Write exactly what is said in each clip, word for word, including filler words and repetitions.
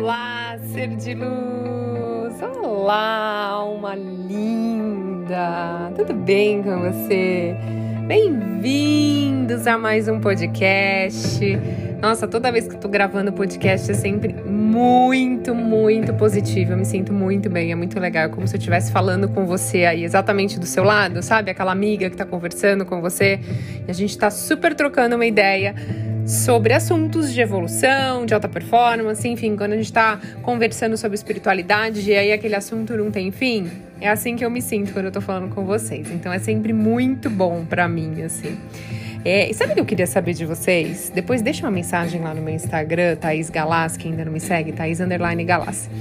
Olá, ser de luz! Olá, alma linda! Tudo bem com você? Bem-vindos a mais um podcast. Nossa, toda vez que eu tô gravando podcast é sempre muito, muito positivo. Eu me sinto muito bem, é muito legal. É como se eu estivesse falando com você aí, exatamente do seu lado, sabe? Aquela amiga que tá conversando com você. E a gente tá super trocando uma ideia sobre assuntos de evolução, de alta performance, enfim, quando a gente tá conversando sobre espiritualidade e aí aquele assunto não tem fim, é assim que eu me sinto quando eu tô falando com vocês. Então é sempre muito bom pra mim, assim. É, e sabe o que eu queria saber de vocês? Depois deixa uma mensagem lá no meu Instagram, Thaís Galassi, quem ainda não me segue, Thaís underline Galassi.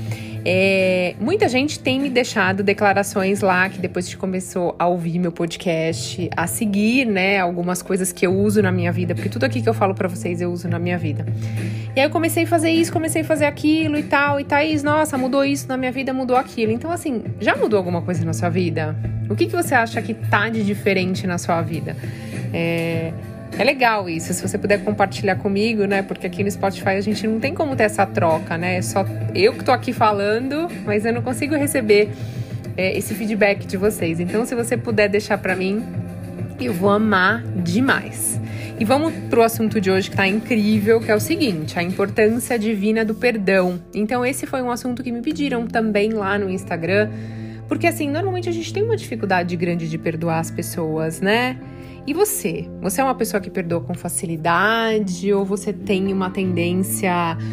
É, muita gente tem me deixado declarações lá, que depois que começou a ouvir meu podcast, a seguir, né, algumas coisas que eu uso na minha vida, porque tudo aqui que eu falo pra vocês eu uso na minha vida. E aí eu comecei a fazer isso, comecei a fazer aquilo e tal, e Thaís, nossa, mudou isso na minha vida, mudou aquilo. Então assim, já mudou alguma coisa na sua vida? O que, que você acha que tá de diferente na sua vida? É... É legal isso, se você puder compartilhar comigo, né? Porque aqui no Spotify a gente não tem como ter essa troca, né? É só eu que tô aqui falando, mas eu não consigo receber é, esse feedback de vocês. Então, se você puder deixar pra mim, eu vou amar demais. E vamos pro assunto de hoje que tá incrível, que é o seguinte, a importância divina do perdão. Então, esse foi um assunto que me pediram também lá no Instagram, porque assim, normalmente a gente tem uma dificuldade grande de perdoar as pessoas, né? E você? Você é uma pessoa que perdoa com facilidade ou você tem uma tendência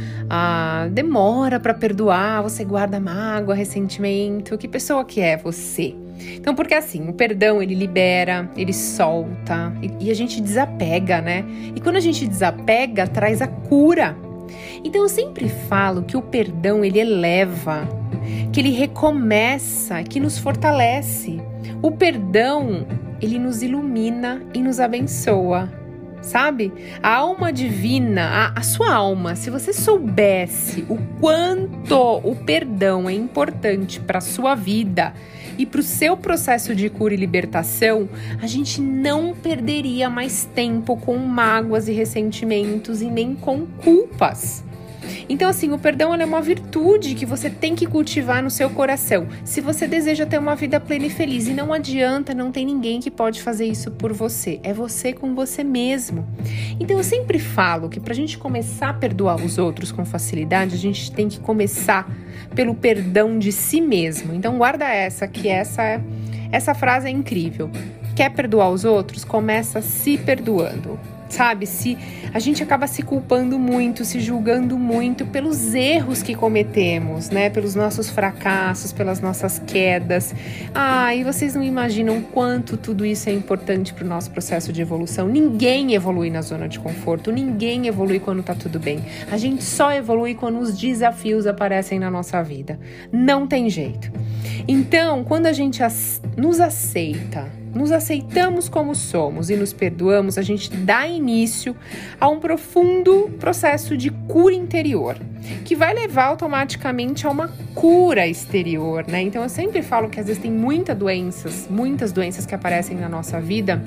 a demora para perdoar, você guarda mágoa, ressentimento? Que pessoa que é você? Então, porque assim, o perdão, ele libera, ele solta e, e a gente desapega, né? E quando a gente desapega, traz a cura. Então, eu sempre falo que o perdão, ele eleva, que ele recomeça, que nos fortalece. O perdão, ele nos ilumina e nos abençoa, sabe? A alma divina, a, a sua alma, se você soubesse o quanto o perdão é importante para a sua vida e para o seu processo de cura e libertação, a gente não perderia mais tempo com mágoas e ressentimentos e nem com culpas. Então, assim, o perdão é uma virtude que você tem que cultivar no seu coração. Se você deseja ter uma vida plena e feliz, e não adianta, não tem ninguém que pode fazer isso por você. É você com você mesmo. Então, eu sempre falo que pra gente começar a perdoar os outros com facilidade, a gente tem que começar pelo perdão de si mesmo. Então, guarda essa, que essa, é, essa frase é incrível. Quer perdoar os outros? Começa se perdoando. Sabe, se a gente acaba se culpando muito, se julgando muito pelos erros que cometemos, né? Pelos nossos fracassos, pelas nossas quedas. Ah, e vocês não imaginam quanto tudo isso é importante para o nosso processo de evolução. Ninguém evolui na zona de conforto, ninguém evolui quando tá tudo bem. A gente só evolui quando os desafios aparecem na nossa vida. Não tem jeito. Então, quando a gente as, nos aceita, nos aceitamos como somos e nos perdoamos, a gente dá início a um profundo processo de cura interior, que vai levar automaticamente a uma cura exterior, né? Então eu sempre falo que às vezes tem muitas doenças, muitas doenças que aparecem na nossa vida,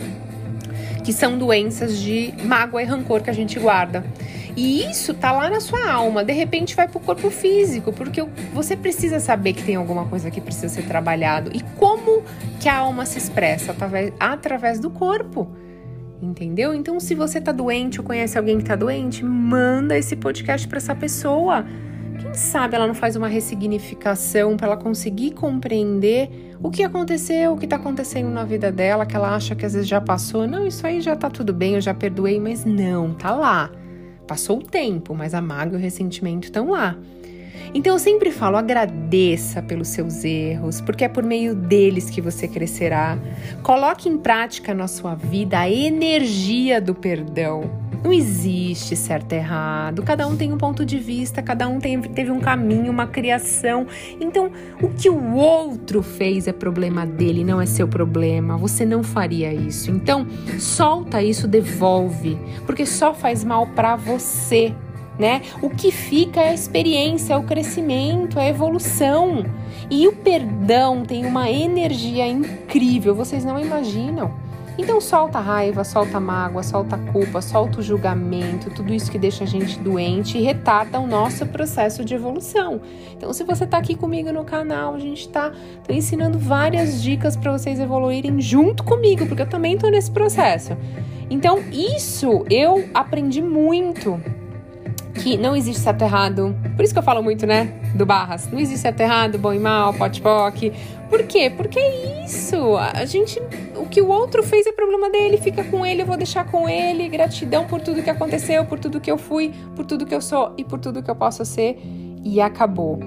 que são doenças de mágoa e rancor que a gente guarda. E isso tá lá na sua alma, de repente vai pro corpo físico, porque você precisa saber que tem alguma coisa que precisa ser trabalhado. E como que a alma se expressa? Através, através do corpo, entendeu? Então, se você tá doente ou conhece alguém que tá doente, manda esse podcast pra essa pessoa. Quem sabe ela não faz uma ressignificação para ela conseguir compreender o que aconteceu, o que tá acontecendo na vida dela, que ela acha que às vezes já passou. Não, isso aí já tá tudo bem, eu já perdoei, mas não, tá lá. Passou o tempo, mas a mágoa e o ressentimento estão lá. Então eu sempre falo, agradeça pelos seus erros, porque é por meio deles que você crescerá. Coloque em prática na sua vida a energia do perdão. Não existe certo e errado, cada um tem um ponto de vista, cada um tem, teve um caminho, uma criação. Então, o que o outro fez é problema dele, não é seu problema. Você não faria isso. Então, solta isso, devolve, porque só faz mal pra você, né? O que fica é a experiência, é o crescimento, é a evolução. E o perdão tem uma energia incrível, vocês não imaginam. Então solta a raiva, solta a mágoa, solta a culpa, solta o julgamento, tudo isso que deixa a gente doente e retarda o nosso processo de evolução. Então se você tá aqui comigo no canal, a gente tá, tá ensinando várias dicas para vocês evoluírem junto comigo, porque eu também tô nesse processo. Então isso eu aprendi muito, que não existe certo e errado. Por isso que eu falo muito, né, do Barras. Não existe certo e errado, bom e mal, pote poc. Por quê? Porque é isso. A gente, o que o outro fez é problema dele, fica com ele, eu vou deixar com ele. Gratidão por tudo que aconteceu, por tudo que eu fui, por tudo que eu sou e por tudo que eu posso ser. E acabou.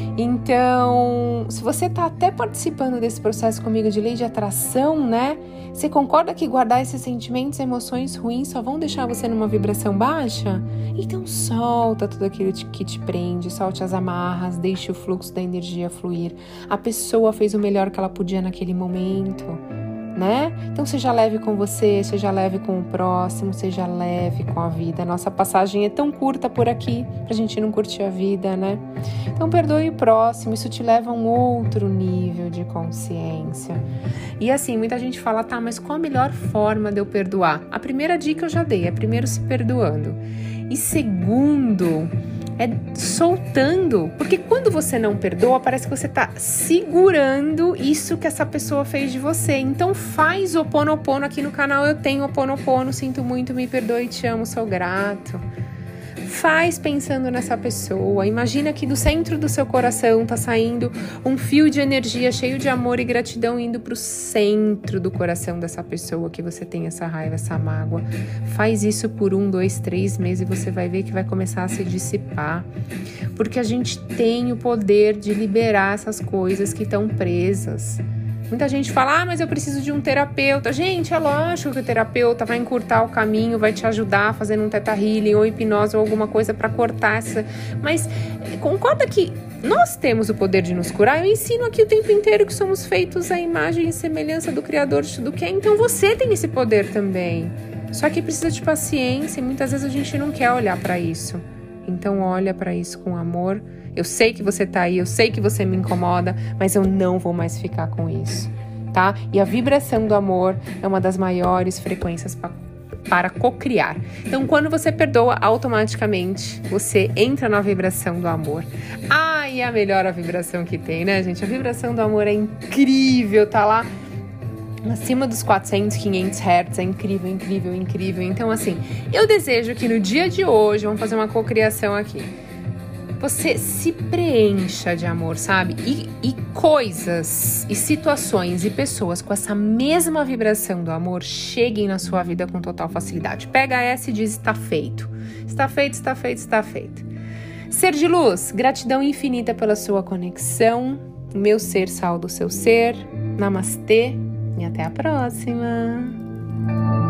Então, se você tá até participando desse processo comigo de lei de atração, né? Você concorda que guardar esses sentimentos e emoções ruins só vão deixar você numa vibração baixa? Então solta tudo aquilo que te prende, solte as amarras, deixe o fluxo da energia fluir. A pessoa fez o melhor que ela podia naquele momento, né? Então seja leve com você, seja leve com o próximo, seja leve com a vida. Nossa passagem é tão curta por aqui pra gente não curtir a vida, né? Então perdoe o próximo, isso te leva a um outro nível de consciência. E assim, muita gente fala, tá, mas qual a melhor forma de eu perdoar? A primeira dica eu já dei, é primeiro se perdoando. E segundo, é soltando, porque quando você não perdoa, parece que você tá segurando isso que essa pessoa fez de você. Então faz o Ho'oponopono. Aqui no canal eu tenho o Ho'oponopono, sinto muito, me perdoe, te amo, sou grato. Faz pensando nessa pessoa. Imagina que do centro do seu coração tá saindo um fio de energia cheio de amor e gratidão indo pro centro do coração dessa pessoa que você tem essa raiva, essa mágoa. Faz isso por um, dois, três meses e você vai ver que vai começar a se dissipar. Porque a gente tem o poder de liberar essas coisas que estão presas. Muita gente fala, ah, mas eu preciso de um terapeuta. Gente, é lógico que o terapeuta vai encurtar o caminho, vai te ajudar fazendo um teta healing ou hipnose ou alguma coisa para cortar essa... Mas concorda que nós temos o poder de nos curar? Eu ensino aqui o tempo inteiro que somos feitos à imagem e semelhança do Criador de tudo que é. Então você tem esse poder também. Só que precisa de paciência e muitas vezes a gente não quer olhar para isso. Então olha para isso com amor. Eu sei que você tá aí, eu sei que você me incomoda, mas eu não vou mais ficar com isso, tá? E a vibração do amor é uma das maiores frequências pa- para cocriar. Então, quando você perdoa, automaticamente você entra na vibração do amor. Ah, e a melhor a vibração que tem, né, gente? A vibração do amor é incrível, tá lá acima dos quatrocentos, quinhentos hertz, é incrível, incrível, incrível. Então, assim, eu desejo que no dia de hoje, vamos fazer uma cocriação aqui, você se preencha de amor, sabe? E, e coisas, e situações, e pessoas com essa mesma vibração do amor cheguem na sua vida com total facilidade. Pega essa e diz, está feito. Está feito, está feito, está feito. Ser de luz, gratidão infinita pela sua conexão. O meu ser salva o seu ser. Namastê e até a próxima.